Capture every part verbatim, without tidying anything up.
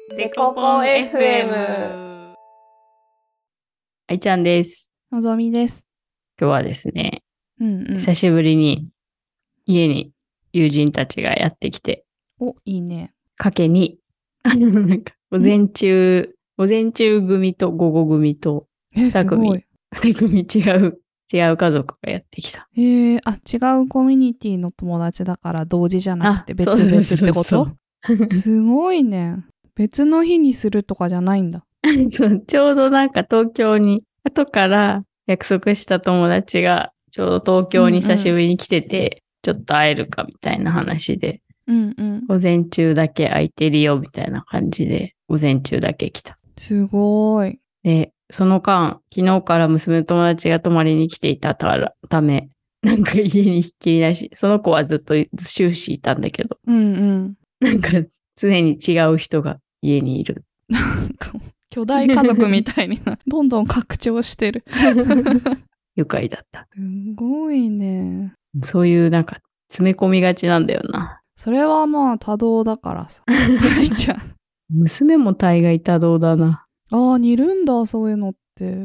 デコポン エフエム。 あいちゃんです。 のぞみです。 今日はですね、 うんうん。 久しぶりに家に友人たちがやってきて、 お、いいね。 かけに、なんか午前中、午前中組と午後組とえ、す二組、 ごい。 二組違う、違う家族がやってきた。 えー、あ、違うコミュニティの友達だから同時じゃなくてあ、 別々ってこそうと？すごいね。別の日にするとかじゃないんだ。 そうそうちょうどなんか東京に、後から約束した友達が、ちょうど東京に久しぶりに来てて、ちょっと会えるかみたいな話で、 うんうん。 午前中だけ空いてるよみたいな感じで、午前中だけ来た。 すごい。 で、その間、昨日から娘の友達が泊まりに来ていたため、なんか家にひっきりなし、その子はずっと終始いたんだけど、 うんうん。 なんか常に違う人が家にいる。 なんか巨大家族みたいにな、どんどん拡張してる。 愉快だった。 すごいね。 そういうなんか詰め込みがちなんだよな。 それはまあ多動だからさ。はいちゃん。 娘も大概多動だな。 ああ、似るんだ、そういうのって。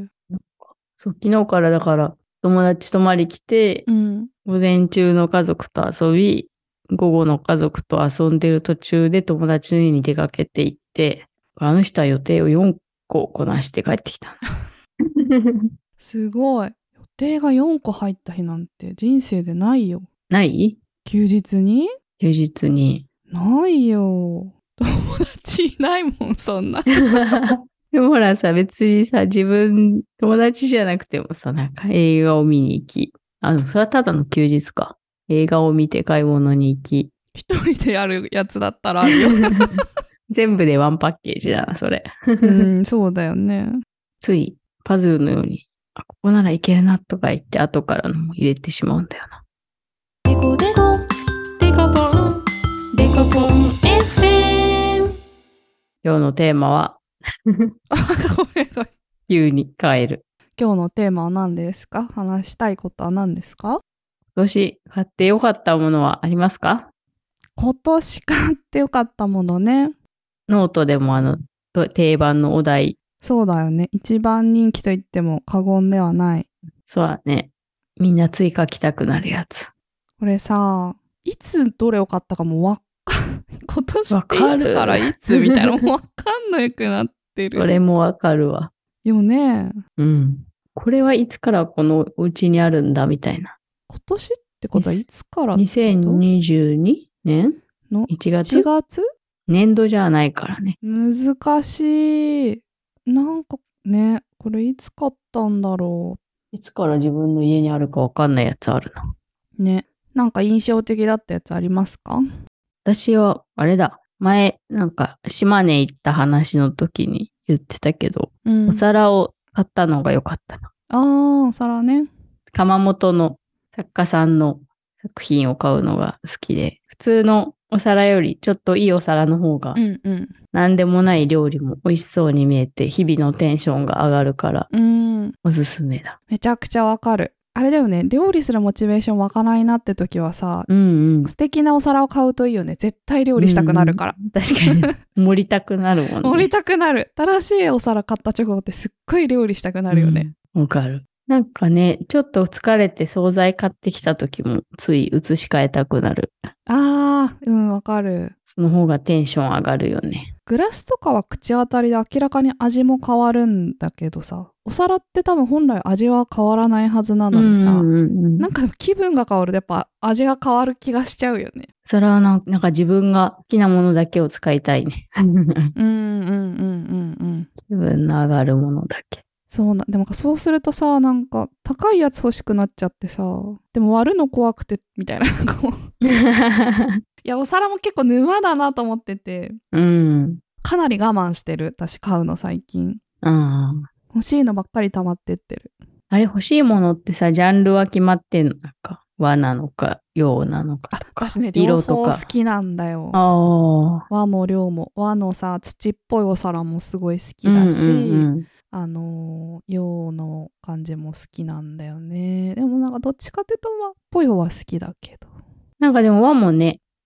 そう、昨日からだから友達泊まり来て、 うん。 午前中の家族と遊び、午後の家族と遊んでる途中で友達の家に出かけて行って、あの人は予定をよんここなして帰ってきた。 すごい。予定がよんこ入った日なんて人生でないよ。 ない休日に？ 休日に。 ないよ。友達いないもん、そんな。 でもほらさ、別にさ、自分、友達じゃなくてもさ、なんか映画を見に行き、あの、それはただの休日か。映画を見て買い物に行き。 一人でやるやつだったらあるよ。 全部でワンパッケージだな、それ。 うん、そうだよね。 つい、パズルのように、あ、ここならいけるなとか言って、後からのも入れてしまうんだよな。 デコデコ、デコポン、デコポン エフエム。 今日のテーマは、 あ、ごめんごめん。 急に変える。 今日のテーマは何ですか？話したいことは何ですか？ 今年買ってよかったものはありますか？ 今年買ってよかったものね。 ノートでもあの、と定番のお題。 そうだよね。一番人気と言っても過言ではない。 そうだね。みんな追加きたくなるやつ。 これさ、いつどれを買ったかもわっかん、今年っていわかるつからいつみたいな、もうわかんなくなってる。 それもわかるわ。 よね。 うん。これはいつからこのお家にあるんだみたいな。 今年ってことはいつからってこと？ にせんにじゅうにねんのいちがついちがつ？ 年度じゃないからね。 難しい。なんかね、これいつ買ったんだろいつから自分の家にあるかわかんないやつあるな。 う。ね。なんか印象的だったやつありますか？ 私は、あれだ。前、なんか、島根行った話の時に言ってたけど、 うん。 お皿を買ったのが良かったな。 あー、お皿ね。 窯元の作家さんの作品を買うのが好きで、普通のお皿よりちょっといいお皿の方がう、んうん。 何でもない料理も美味しそうに見えて、日々のテンションが上がるから、 うん。 おすすめだ。 めちゃくちゃわかる。あれだよね、料理するモチベーション湧かないなって時はさ、 うんうん。 素敵なお皿を買うといいよね。絶対料理したくなるから。 うんうん、確かに。盛りたくなるもんね。 盛りたくなる。新しいお皿買った直後ってすっごい料理したくなるよね。 わ、うん、かる。なんかね、ちょっと疲れて惣菜買ってきた時もつい移し替えたくなる。 あー、うん、わかる。 その方がテンション上がるよね。 グラスとかは口当たりで明らかに味も変わるんだけどさ、お皿って多分本来味は変わらないはずなのにさ、 うんうんうん、 なんか気分が変わるとやっぱ味が変わる気がしちゃうよね。 それはなんか自分が好きなものだけを使いたいね。 うんうんうんうんうん。 気分の上がるものだけ。 そうな、でもそうするとさ、なんか高いやつ欲しくなっちゃってさ、でも割るの怖くてみたいな。いや、お皿も結構沼だなと思ってて、 うん。 かなり我慢してる。私買うの最近。 うん。 欲しいのばっかり溜まってってる。 あれ欲しいものってさ、ジャンルは決まってんの？なんか和なのか洋なのかとか。 私ね、両方好きなんだよ。 あ和も洋も。和のさ、土っぽいお皿もすごい好きだし、うんうんうん、あの洋の感じも好きなんだよね。でもなんかどっちかっていうと和っぽい方は好きだけど。 なんかでも和もね、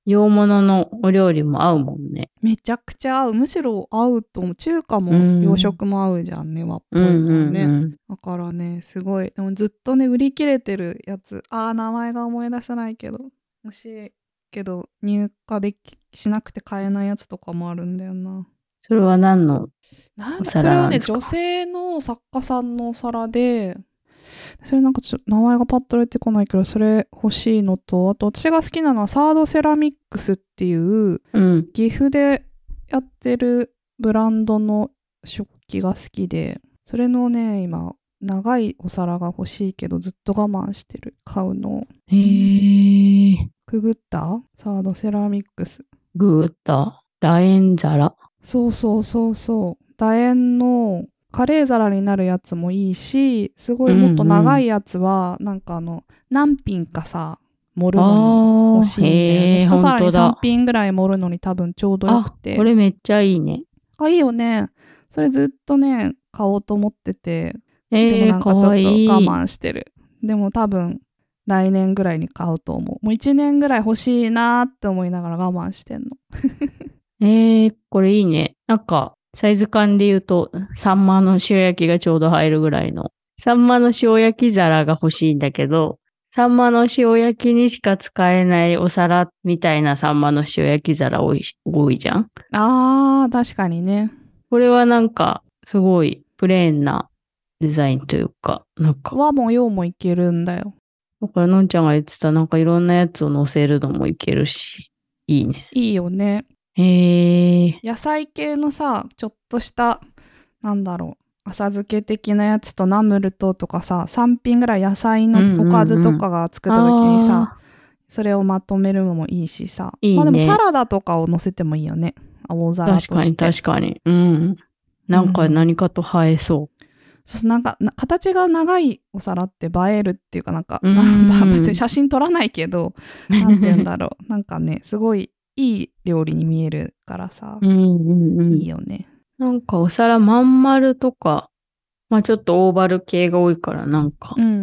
洋物のお料理も合うもんね。 めちゃくちゃ合う。むしろ合うと思う。中華も洋食も合うじゃんね、和っぽいのはね。 うんうんうん、 だからね、すごい。でもずっとね、売り切れてるやつ。あー、名前が思い出せないけど。もしけど、入荷できしなくて買えないやつとかもあるんだよな。 それは何のおなんだ、それ皿はね、 なんですか？ 女性の作家さんのお皿で、それなんかちょっと名前がパッと出てこないけど、それ欲しいのと、あと私が好きなのはサードセラミックスっていう、 うん、 岐阜でやってるブランドの食器が好きで、それのね、今、長いお皿が欲しいけど、ずっと我慢してる。買うの。 へー。 くぐったサードセラミックス。 グータ、楕円皿。 そうそうそうそう。楕円のカレー皿になるやつもいいし、すごいもっと長いやつは、なんかあの、何品かさ、盛るのに欲しいんだよね。 へー、 一皿にさんほんとだ。 品ぐらい盛るのに多分ちょうどよくあ、 て。 これめっちゃいいね。 あ、いいよね。それずっとね、買おうと思ってて、 えー、 でもなんかちょっとかわいい。 我慢してる。でも多分、来年ぐらいに買うと思う。もういちねんぐらい欲しいなーって思いながら我慢してんの。 えー、これいいね。なんか、サイズ感で言うと、サンマの塩焼きがちょうど入るぐらいの。サンマの塩焼き皿が欲しいんだけど、サンマの塩焼きにしか使えないお皿みたいなサンマの塩焼き皿多いし、多いじゃん。 あー、確かにね。 これはなんか、すごいプレーンなデザインというか、なんか。 和も洋もいけるんだよ。 だからのんちゃんが言ってたなんかいろんなやつを乗せるのもいけるし、いいね。 いいよね。 へー。 野菜系のさ、ちょっとした、なんだろう、浅漬け的なやつとナムルととかさ、さん品ぐらい野菜のおかずとかが作った時にさ、 うんうんうん、 それをまとめるのもいいしさ。 いいね。 まあでもサラダとかを乗せてもいいよね。大皿として。 確かに確かに。うん。なんか何かと映えそう。 うん、そう、なんか形が長いお皿って映えるっていうかなんか、 うんなん別に写真撮らないけど、なんて言うんだろう。なんかね、すごいいい料理に見えるからさ、 うんうんうん、 いいよね。 なんかお皿まん丸とか、まあちょっとオーバル系が多いからなんか、 うんうん。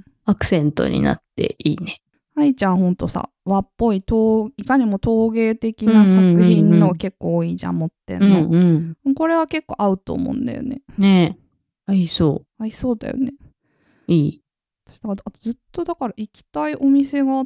アクセントになっていいね。 愛ちゃんほんとさ、和っぽい、いかにも陶芸的な作品の結構多いじゃん、持ってんの、 うんうん。 これは結構合うと思うんだよね。 ねえ。合いそう。 合いそうだよね。 いい。 私だからずっとだから行きたいお店があって、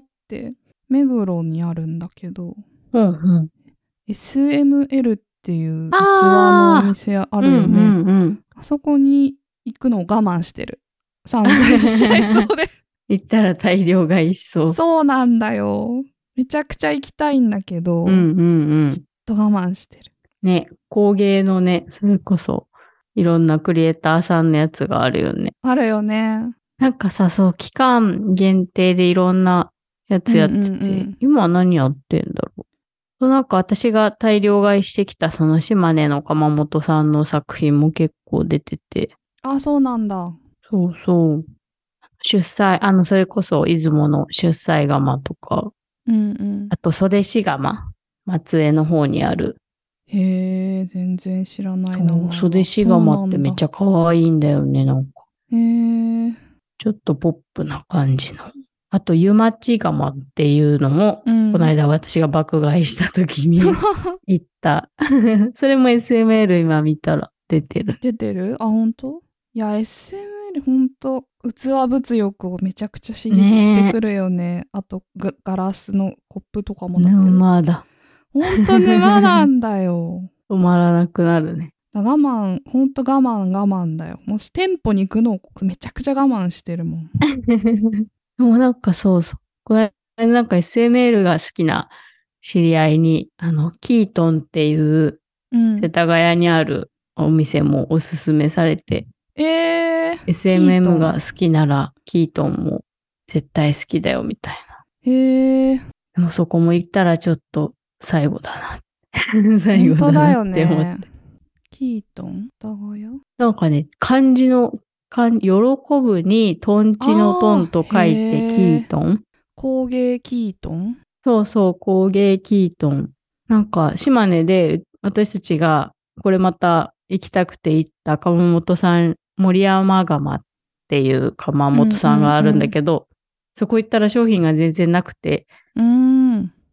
目黒にあるんだけど、 うんうん、 エスエムエル っていう器のお店あるよね。あ,、うんうんうん、あそこに行くのを我慢してる。散財しちゃいそうで。 行ったら大量買いしそう。 そうなんだよ。めちゃくちゃ行きたいんだけど、 うんうんうん、 ずっと我慢してる。 ね、工芸のね、それこそいろんなクリエイターさんのやつがあるよね。 あるよね。 なんかさ、そう、期間限定でいろんなやつやってて、うんうんうん、今は何やってんだろう。なんか私が大量買いしてきたその島根の鎌本さんの作品も結構出てて。 あ、そうなんだ。 そうそう。出西、あの、それこそ出雲の出西窯とか、 うんうん、 あと袖師窯、松江の方にある。 へえ、全然知らない名前は。 袖師窯ってめっちゃ可愛いんだよね、なんか。 へえ。 ちょっとポップな感じの。あと、湯町窯っていうのも、うん、この間私が爆買いした時に行った。それも エスエムエル 今見たら出てる。 出てる？あ、ほんと？いや、エスエムエル ほんと、器物欲をめちゃくちゃ刺激してくるよね。ね、あとガ、ガラスのコップとかもだけど。 沼だ。 ほんと沼なんだよ。 止まらなくなるね。 我慢、ほんと我慢我慢だよ。もし店舗に行くのめちゃくちゃ我慢してるもん。 でもなんかそうそう。これなんか エスエムエル が好きな知り合いに、あの、キートンっていう世田谷にあるお店もおすすめされて、 うん、えー、 エスエムエム が好きならキートンも絶対好きだよみたいな。 へえ。 でもそこも行ったらちょっと最後だな。最後だなって思って。ね、 キートン世田谷？ なんかね、漢字の、喜ぶにトンチのトンと書いてキートン。 工芸キートン？ そうそう、工芸キートン。なんか島根で私たちがこれまた行きたくて行った鎌本さん、森山窯っていう鎌本さんがあるんだけど、うんうんうん、そこ行ったら商品が全然なくて、 うーん、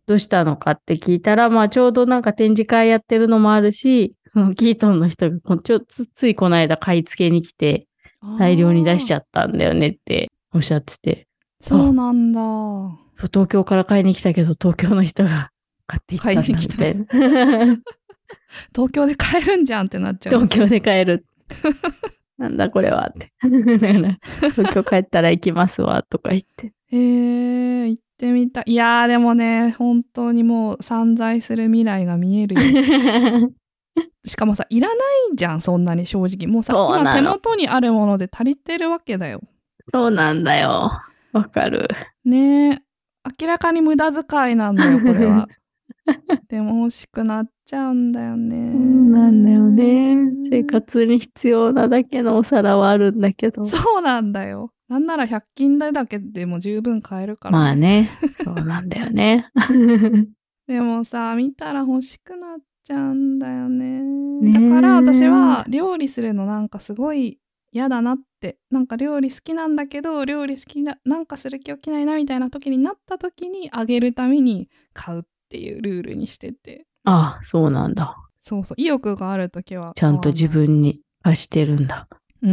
どうしたのかって聞いたら、まあちょうどなんか展示会やってるのもあるし、そのキートンの人がこちょつついこの間買い付けに来て、大量に出しちゃったんだよねっておっしゃってて。 そうなんだ。 そう東京から買いに来たけど、東京の人が買っていったんだみたいな。 東京で買えるんじゃんってなっちゃう。 東京で買える。なんだこれはって。東京帰ったら行きますわとか言って。 へえー、行ってみたい。いやーでもね、本当にもう散財する未来が見えるよ。しかもさ、いらないじゃん、そんなに正直。もうさ、今手元にあるもので足りてるわけだよ。 そうなんだよ。わかる。 ねえ。明らかに無駄遣いなんだよ、これは。でも欲しくなっちゃうんだよね。 そうなんだよね。生活に必要なだけのお皿はあるんだけど。 そうなんだよ。なんならひゃく均台だけでも十分買えるから、 ね。まあね。そうなんだよね。 でもさ、見たら欲しくなっちゃうんだよね。ねだから私は料理するのなんかすごい嫌だなって。なんか料理好きなんだけど、料理好きな、なんかする気起きないなみたいな時になった時にあげるために買うっていうルールにしてて。 ああ、そうなんだ。 そうそう。意欲がある時は。 ちゃんと自分に貸してるんだ。 うん。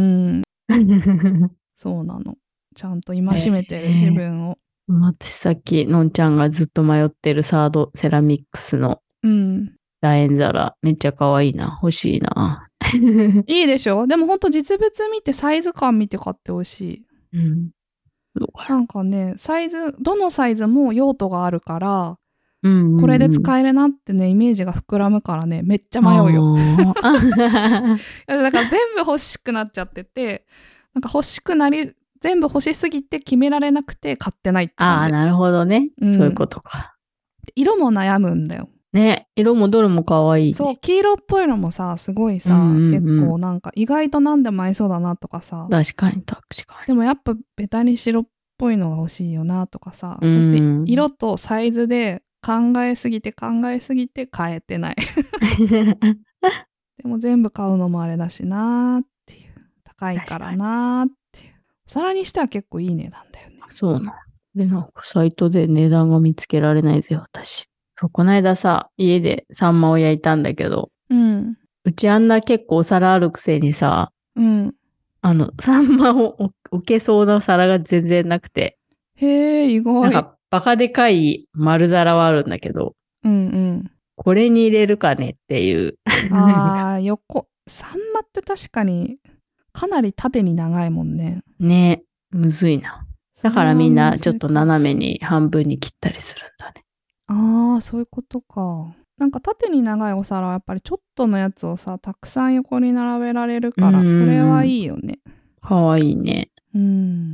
そうなの。ちゃんと戒めてる自分を。 私さっきのんちゃんがずっと迷ってるサードセラミックスの楕円皿、めっちゃ可愛いな。欲しいな。 いいでしょ？でもほんと実物見てサイズ感見て買ってほしい。 うん。 なんかね、サイズ、どのサイズも用途があるから、 うんうんうん、 これで使えるなってね、イメージが膨らむからね、めっちゃ迷うよ。だから全部欲しくなっちゃってて、なんか欲しくなり、全部欲しすぎて決められなくて買ってないって感じ。 ああ、なるほどね、うん。そういうことか。 色も悩むんだよ。 ね、色もどれも可愛い、ね。 そう、黄色っぽいのもさ、すごいさ、うんうんうん、結構なんか意外と何でも合いそうだなとかさ。 確かに、確かに。 でもやっぱベタに白っぽいのが欲しいよなとかさ。うん、色とサイズで考えすぎて考えすぎて買えてない。でも全部買うのもあれだしなーっていう。高いからなーっていう。お皿にしては結構いい値段だよね。 そうな。で、なんかサイトで値段が見つけられないぜ、私。そう、この間さ、家でサンマを焼いたんだけど、うん。うちあんな結構お皿あるくせにさ、うん。あの、サンマを置けそうな皿が全然なくて。 へー、意外。 なんか、バカでかい丸皿はあるんだけど、うんうん。これに入れるかねっていう。 あー、横。サンマって確かに、かなり縦に長いもんね。 ね、むずいな。だからみんなちょっと斜めに半分に切ったりするんだね。 ああ、そういうことか。なんか縦に長いお皿はやっぱりちょっとのやつをさ、たくさん横に並べられるから、それはいいよね。 かわいいね。 うん。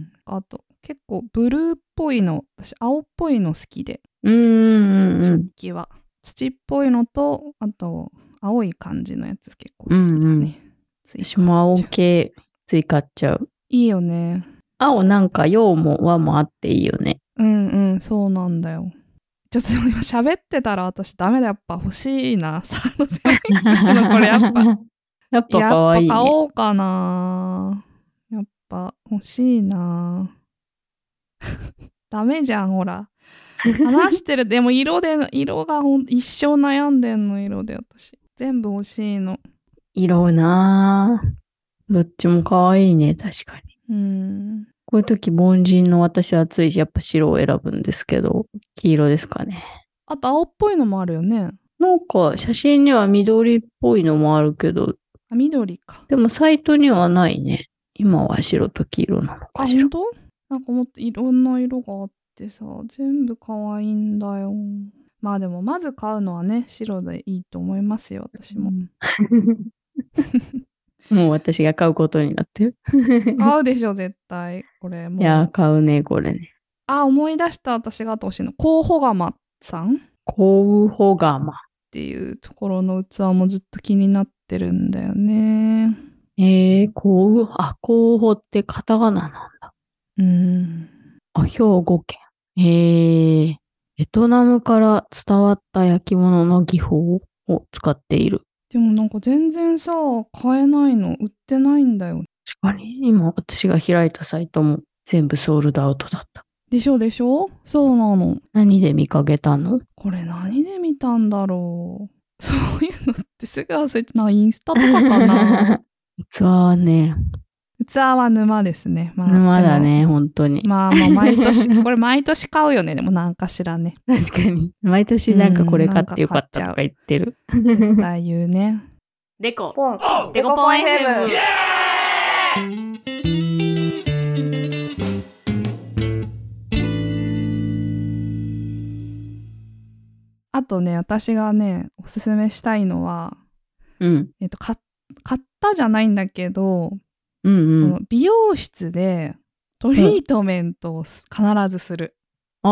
あと、結構ブルーっぽいの、私青っぽいの好きで。 うんうんうん。 食器は。土っぽいのと、あと、青い感じのやつ結構好きだね。うんうん、 私も青系追加っちゃう。 いいよね。 青なんか陽も和もあっていいよね。 うんうん、そうなんだよ。ちょっと今喋ってたら私ダメだ、やっぱ欲しいな。サードセラミックスのこれやっぱ。 やっぱ可愛いね。 やっぱ買おうかな。やっぱ欲しいな。ダメじゃん、ほら。話してる。でも色で、色がほん一生悩んでんの、色で私。全部欲しいの。 色なぁ。どっちも可愛いね、確かに。うん。こういう時、凡人の私はついやっぱ白を選ぶんですけど、黄色ですかね。 あと青っぽいのもあるよね。 なんか写真には緑っぽいのもあるけど。 あ、緑か。 でもサイトにはないね。今は白と黄色なのかしら。 あ、本当？なんかもっといろんな色があってさ、全部可愛いんだよ。まあでもまず買うのはね、白でいいと思いますよ、私も。 もう私が買うことになってる。 買うでしょ、絶対。これもう。 いや、買うね、これね。 あ、思い出した、私があってほしいの。コウホガマさんコウホガマっていうところの器もずっと気になってるんだよね。 えー、コウ、あ、コウホってカタカナなんだ。うん。あ、兵庫県。えー、ベトナムから伝わった焼き物の技法を使っている。 でもなんか全然さ、買えないの。売ってないんだよ。 確かに、今私が開いたサイトも全部ソールドアウトだった。 でしょでしょ。そうなの。 何で見かけたの？ これ何で見たんだろう。そういうのってすぐ忘れてな、インスタとかかな。 器はね、 器は沼ですね。まあ、 沼だね、本当に。 まあもう毎年、これ毎年買うよね、でも何かしらね。 確かに。毎年なんかこれ買ってよかったとか言ってる。 絶対言うね。 デコポン。 デコポン エフエム。 あとね、私がね、おすすめしたいのは、 うん。 えっと、買ったじゃないんだけど、 うんうん、 この美容室でトリートメントを必ずする。 うん、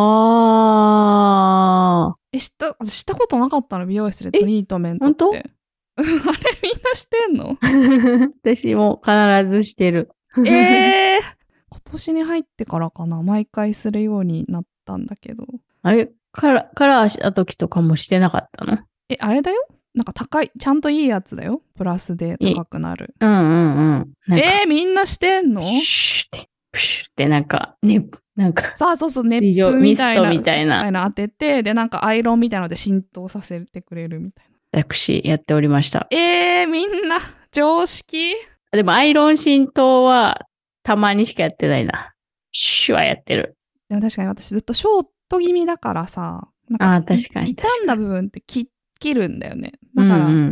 あー。え、知った、知ったことなかったの？美容室でトリートメントって。本当？あれみんなしてんの？ 私も必ずしてる。 えー、今年に入ってからかな、毎回するようになったんだけど。 あれカラー、カラーした時とかもしてなかったの？ え、あれだよ。なんか高い、ちゃんといいやつだよ。プラスで高くなる。 うんうんうん。 えー、みんなしてんの？ プシュって、プシュってなんか、ね、なんか。 さあ、そうそう、熱風みたいな。ミストみたいな。みたいな当てて、で、なんかアイロンみたいなので浸透させてくれるみたいな。私、やっておりました。 えー、みんな、常識？ でも、アイロン浸透は、たまにしかやってないな。シュはやってる。 でも確かに私ずっとショート気味だからさ、なんかあ、確かに傷んだ部分って切切るんだよね。だから、うんうんうん、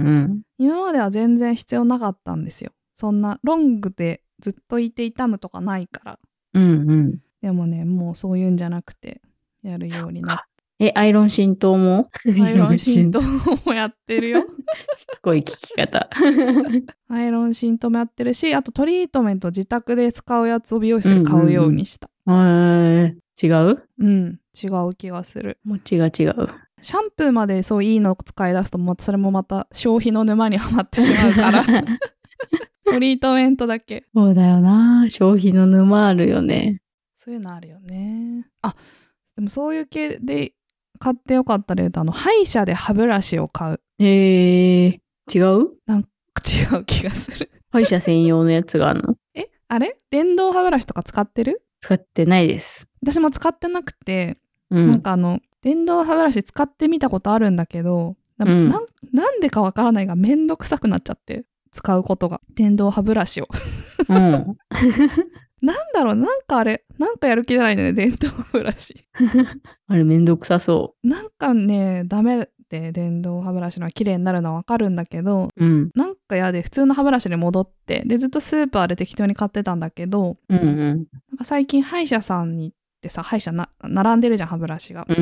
今までは全然必要なかったんですよ。そんなロングでずっといて痛むとかないから。 うんうん。 でもね、もうそういうんじゃなくてやるようになって。 え、アイロン浸透も？ アイロン浸透もやってるよ。 しつこい聞き方。 アイロン浸透もやってるし、あとトリートメント自宅で使うやつを美容室で買うようにした。 うんうんうん、違う？ うん、違う気がする。 もちが違う。 シャンプーまでそういいの使い出すと、またそれもまた消費の沼にはまってしまうから。トリートメントだけ。 そうだよな。消費の沼あるよね。 そういうのあるよね。あ、でもそういう系で買ってよかったで言うと、あの、歯医者で歯ブラシを買う。 へえー、違う？ なんか違う気がする。 歯医者専用のやつがあるの？ え、あれ？電動歯ブラシとか使ってる？ 使ってないです。 私も使ってなくて、 うん、 なんかあの、電動歯ブラシ使ってみたことあるんだけど、な, ん、な, なんでかわからないがめんどくさくなっちゃって、使うことが。電動歯ブラシを。うん、なんだろう、なんかあれ、なんかやる気じゃないんだよね、電動歯ブラシ。 あれめんどくさそう。 なんかね、ダメで電動歯ブラシの綺麗になるのはわかるんだけど、うん、なんか嫌で普通の歯ブラシに戻って、で、ずっとスーパーで適当に買ってたんだけど、うんうん、なんか最近歯医者さんに行ってさ、歯医者な並んでるじゃん、歯ブラシが。うんうん、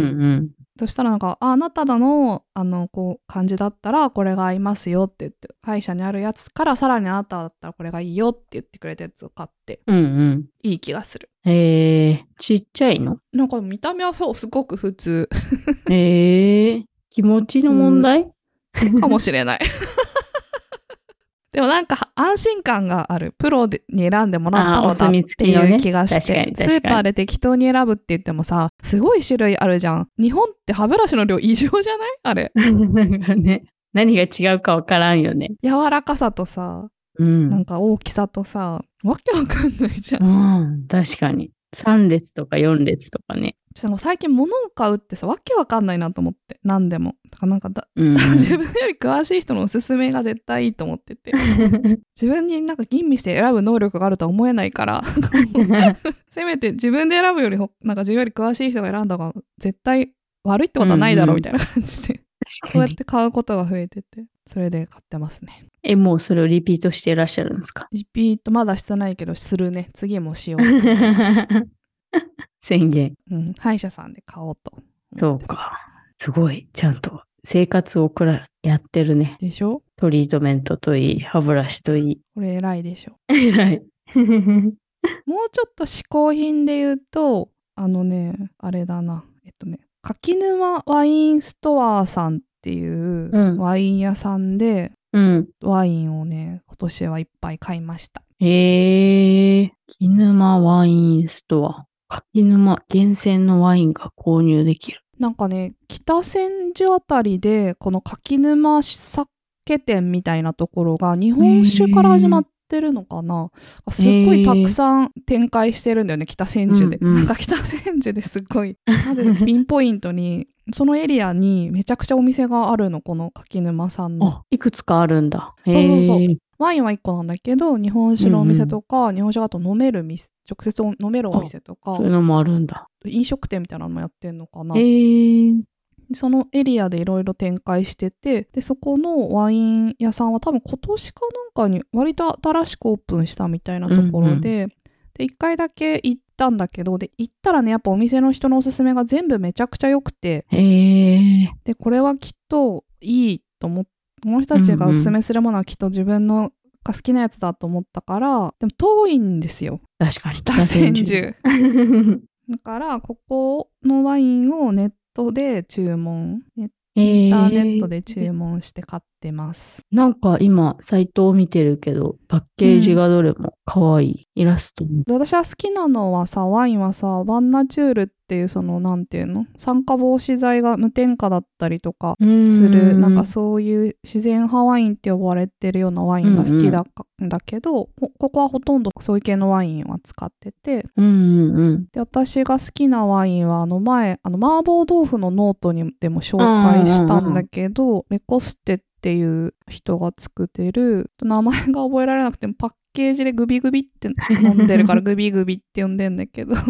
そしたらなんか、あ、あなたの、あの、こう、感じだったら、これが合いますよって言って、歯医者にあるやつから、さらにあなただったらこれがいいよって言ってくれたやつを買って、うんうん、いい気がする。 へえー、ちっちゃいの？ なんか見た目はそう、すごく普通。 へえー、気持ちの問題？ かもしれない。でもなんか安心感がある。プロに選んでもらったのだっていう気がして、ね、スーパーで適当に選ぶって言ってもさ、すごい種類あるじゃん。日本って歯ブラシの量異常じゃない？あれ。 なんかね、何が違うかわからんよね。 柔らかさとさ、うん、なんか大きさとさ、わけわかんないじゃん。 うん、確かに。さん列とかよん列とかね。 最近物を買うってさ、わけわかんないなと思って。何でも。だからなんかだ、うん、自分より詳しい人のおすすめが絶対いいと思ってて。自分になんか吟味して選ぶ能力があるとは思えないから、せめて自分で選ぶより、なんか自分より詳しい人が選んだ方が絶対悪いってことはないだろうみたいな感じで。うんうん、そうやって買うことが増えてて、それで買ってますね。 え、もうそれをリピートしていらっしゃるんですか？ リピートまだしてないけど、するね。次もしようと思います。 宣言。 うん、歯医者さんで買おうと。 そうか。すごい。ちゃんと生活をくらやってるね。 でしょ？ トリートメントといい、歯ブラシといい。 これ偉いでしょ。 偉い。 もうちょっと嗜好品で言うと、あのね、あれだな。えっとね、柿沼ワインストアさんっていうワイン屋さんで、うん、ワインをね、今年はいっぱい買いました。 へえ、柿沼ワインストア。柿沼厳選のワインが購入できる。 なんかね、北千住あたりでこの柿沼酒店みたいなところが日本酒から始まっってるのかな。すっごいたくさん展開してるんだよね、北千住で、 うんうん、 なんか北千住ですっごいなぜピンポイントにそのエリアにめちゃくちゃお店があるの、この柿沼さんの。 あ、いくつかあるんだ。へそうそうそう。 ー。 ワインはいっこなんだけど、日本酒のお店とか、うんうん、日本酒だと飲める店、直接飲めるお店とか、 そういうのもあるんだ。 飲食店みたいなのもやってんのかな。 へー。 そのエリアでいろいろ展開してて、でそこのワイン屋さんは多分今年かなんかに割と新しくオープンしたみたいなところで、うんうん、でいっかいだけ行ったんだけど、で行ったらね、やっぱお店の人のおすすめが全部めちゃくちゃ良くて、 へー。 でこれはきっといいと思って、この人たちがおすすめするものはきっと自分のが好きなやつだと思ったから、でも遠いんですよ。 確かに北千住だからここのワインをネットで注文、インターネットで注文して買ってます。 なんか今サイトを見てるけど、パッケージがどれも可愛い、うん、イラスト。 私は好きなのはさ、ワインはさ、バンナチュールっていうそのなんていうの、酸化防止剤が無添加だったりとかする、んなんかそういう自然派ワインって呼ばれてるようなワインが好きだんだけど、うんうん、ここはほとんどそういう系のワインは使ってて、 うんうんうん、 で私が好きなワインはあの前あの麻婆豆腐のノートにでも紹介したんだけど、うんうんうん、メコステっていう人が作ってる、名前が覚えられなくてもパッケージでグビグビって飲んでるからグビグビって呼んでんだけど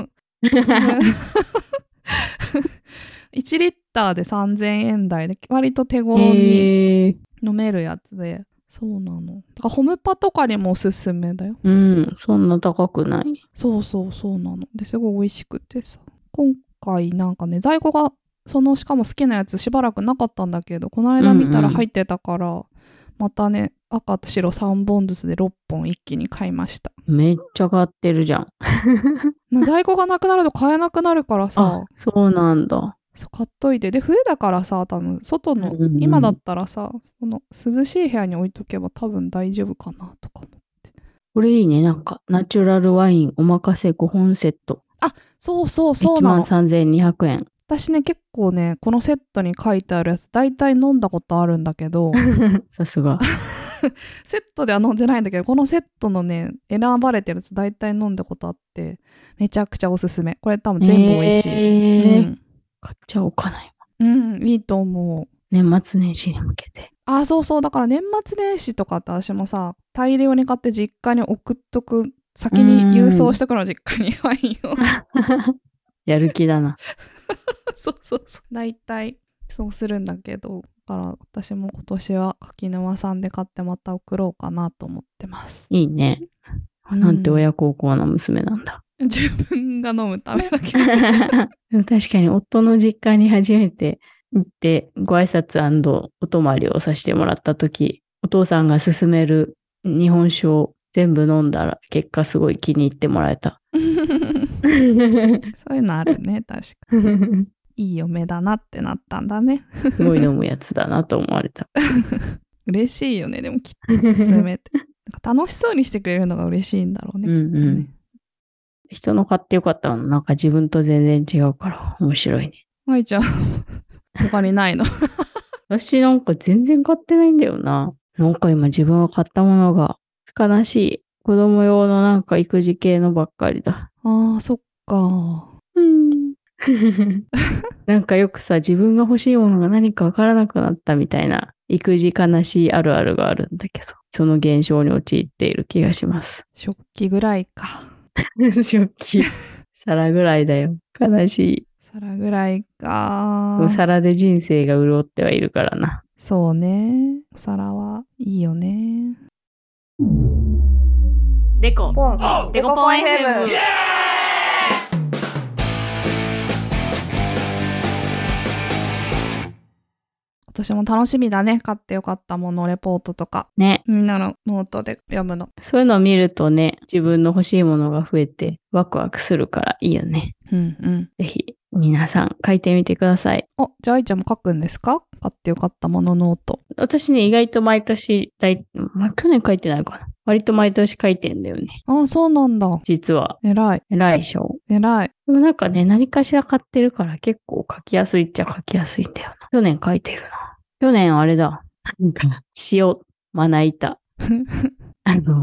いちリッターでさんぜんえん台で割と手頃に飲めるやつで、そうなの。だからホムパとかにもおすすめだよ。 うん、そんな高くない。 そうそうそうなの。ですごい美味しくてさ。今回なんかね、在庫がそのしかも好きなやつしばらくなかったんだけど、この間見たら入ってたから、うんうん、またね、赤と白さんぼんずつでろっぽん一気に買いました。 めっちゃ買ってるじゃん。 在庫がなくなると買えなくなるからさ。 あ、そうなんだ。 そう買っといて、で冬だからさ、多分外の、うんうん、今だったらさ、その涼しい部屋に置いとけば多分大丈夫かなとか思って。 これいいね。なんかナチュラルワインおまかせごほんセット。 あ、そうそうそうなの。 いちまんさんぜんにひゃくえん。 私ね、結構ね、このセットに書いてあるやつ大体飲んだことあるんだけどさすがセットでは飲んでないんだけど、このセットのね、選ばれてるやつ大体飲んだことあって、めちゃくちゃおすすめ。これ多分全部美味しい、 えーうん、 買っちゃおうかな。 うん、いいと思う。 年末年始に向けて。 あ、そうそう。だから年末年始とかって私もさ、大量に買って実家に送っとく、先に郵送しとくの、実家にワインを。 やる気だな。 そうそうそう。大体そうするんだけど、だから私も今年は柿沼さんで買ってまた送ろうかなと思ってます。 いいね。なんて親孝行な娘なんだ。 自分が飲むためだけど。確かに夫の実家に初めて行ってご挨拶&お泊まりをさせてもらった時、お父さんが勧める日本酒を全部飲んだら結果すごい気に入ってもらえた。そういうのあるね、確かに。いい嫁だなってなったんだね。 すごい飲むやつだなと思われた。 嬉しいよね、でもきっと勧めて。なんか楽しそうにしてくれるのが嬉しいんだろうね、 うんうん、 きっとね。 人の買ってよかったのなんか自分と全然違うから面白いね。 舞ちゃん、他にないの？ 私なんか全然買ってないんだよな。なんか今自分が買ったものが悲しい。子供用のなんか育児系のばっかりだ。 ああ、そっか。 うんなんかよくさ、自分が欲しいものが何かわからなくなったみたいな育児悲しいあるあるがあるんだけど、その現象に陥っている気がします。 食器ぐらいか。 食器。皿ぐらいだよ。悲しい。 皿ぐらいか。 皿で人生が潤ってはいるからな。 そうね。皿はいいよね。 デコポン。デコポン エフエム。 私も楽しみだね。買ってよかったものレポートとか。 ね。 みんなのノートで読むの。 そういうのを見るとね、自分の欲しいものが増えてワクワクするからいいよね。 うんうん。 ぜひ皆さん書いてみてください。 お、じゃあ愛ちゃんも書くんですか？買ってよかったものノート。 私ね、意外と毎年、来まあ、去年書いてないかな。割と毎年書いてんだよね。 ああ、そうなんだ。 実は。 偉い。 偉いでしょ。 偉い。 でもなんかね、何かしら買ってるから結構書きやすいっちゃ書きやすいんだよな。去年書いてるな。去年あれだ。なんか、塩、まな板。あの、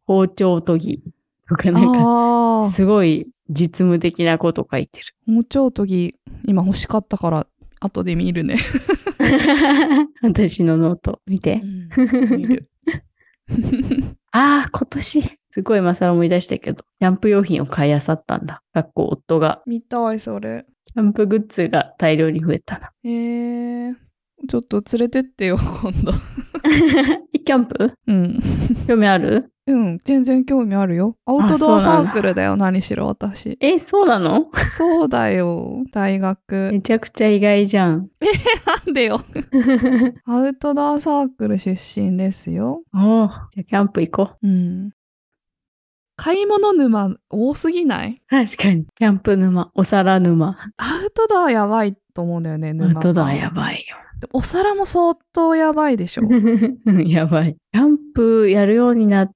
包丁研ぎとかなんか、 ああ、 すごい実務的なこと書いてる。 包丁研ぎ、今欲しかったから、後で見るね。 私のノート見て。 見る。 ああ、今年、すごい今更思い出したけど、キャンプ用品を買い漁ったんだ。学校、夫が。 見たい、それ。 キャンプグッズが大量に増えたな。 えー、ちょっと連れてってよ、今度。 キャンプうん。 興味ある？ うん、全然興味あるよ。アウトドアサークルだよ、何しろ私。 え、そうなの？ そうだよ、大学。 めちゃくちゃ意外じゃん。 なんでよ。アウトドアサークル出身ですよ。 おお、じゃあキャンプ行こう。うん。買い物沼多すぎない？ 確かに。キャンプ沼、お皿沼。 アウトドアやばいと思うんだよね、沼。 アウトドアやばいよ。 お皿も相当やばいでしょ。 やばい。キャンプやるようになって、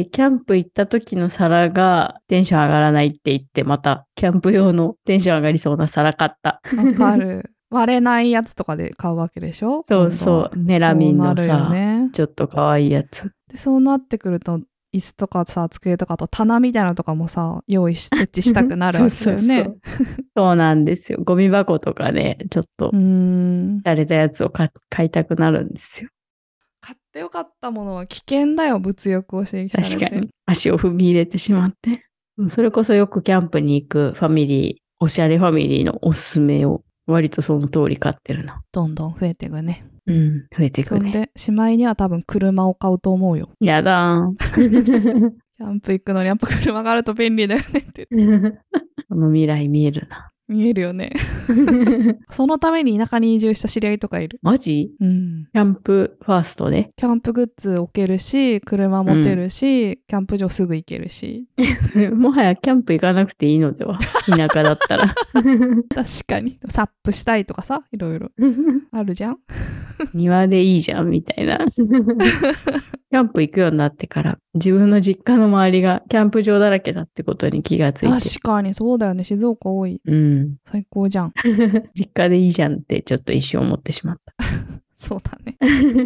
キャンプ行った時の皿がテンション上がらないって言って、またキャンプ用のテンション上がりそうな皿買った。 わかる。割れないやつとかで買うわけでしょ？ そうそう。メラミンのさ、 ね、 ちょっと可愛いやつ。 で、そうなってくると、椅子とかさ、机とかと棚みたいなのとかもさ、用意し、設置したくなるわけだよね。 そうそうそう。そうなんですよ。ゴミ箱とかね、ちょっと、洒落たやつを買いたくなるんですよ。 買ってよかったものは危険だよ、物欲を刺激されて。 確かに。足を踏み入れてしまって。それこそよくキャンプに行くファミリー、おしゃれファミリーのおすすめを、割とその通り買ってるな。 どんどん増えていくね。 うん、増えていくね。 そんで、しまいには多分車を買うと思うよ。 やだーん。 キャンプ行くのにやっぱ車があると便利だよねって。 その未来見えるな。 見えるよね。そのために田舎に移住した知り合いとかいる。 マジ？ うん。 キャンプファーストで？ キャンプグッズ置けるし、車持てるし、うん、キャンプ場すぐ行けるし。 それもはやキャンプ行かなくていいのでは？田舎だったら。 確かに。サップしたいとかさ、いろいろあるじゃん。 庭でいいじゃんみたいな。キャンプ行くようになってから自分の実家の周りがキャンプ場だらけだってことに気がついて。 確かにそうだよね。静岡多い。 うん。 最高じゃん。 実家でいいじゃんってちょっと一瞬思ってしまった。 そうだね。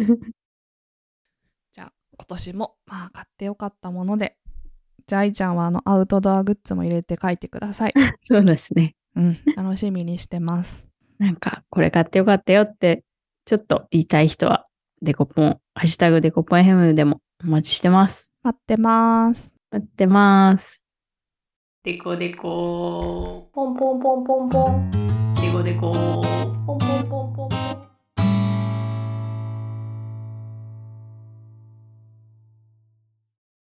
じゃあ今年もまあ買ってよかったもので、じゃあ愛ちゃんはあのアウトドアグッズも入れて書いてください。 そうですね。 うん。楽しみにしてます。 なんかこれ買ってよかったよってちょっと言いたい人はデコポン、ハッシュタグデコポンヘムでもお待ちしてます。 待ってます。 待ってます。デコデコポンポンポンポンポン。 デコデコ